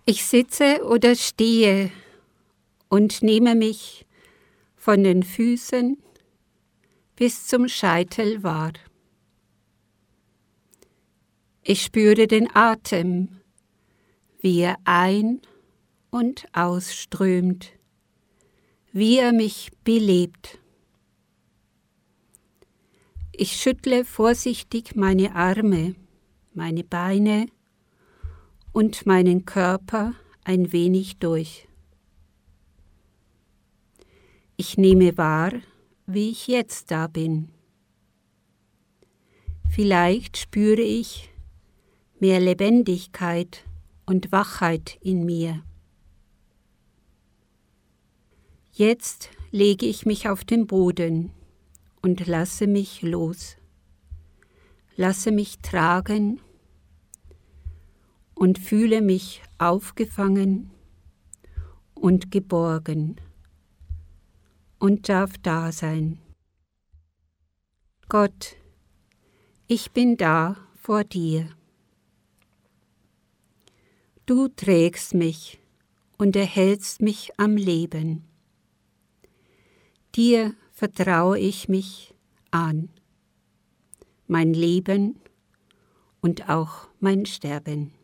Ich sitze oder stehe und nehme mich von den Füßen bis zum Scheitel wahr. Ich spüre den Atem, wie er ein- und ausströmt, wie er mich belebt. Ich schüttle vorsichtig meine Arme, meine Beine und meinen Körper ein wenig durch. Ich nehme wahr, wie ich jetzt da bin. Vielleicht spüre ich mehr Lebendigkeit und Wachheit in mir. Jetzt lege ich mich auf den Boden und lasse mich los. Lasse mich tragen und fühle mich aufgefangen und geborgen und darf da sein. Gott, ich bin da vor dir. Du trägst mich und erhältst mich am Leben. Dir vertraue ich mich an, mein Leben und auch mein Sterben.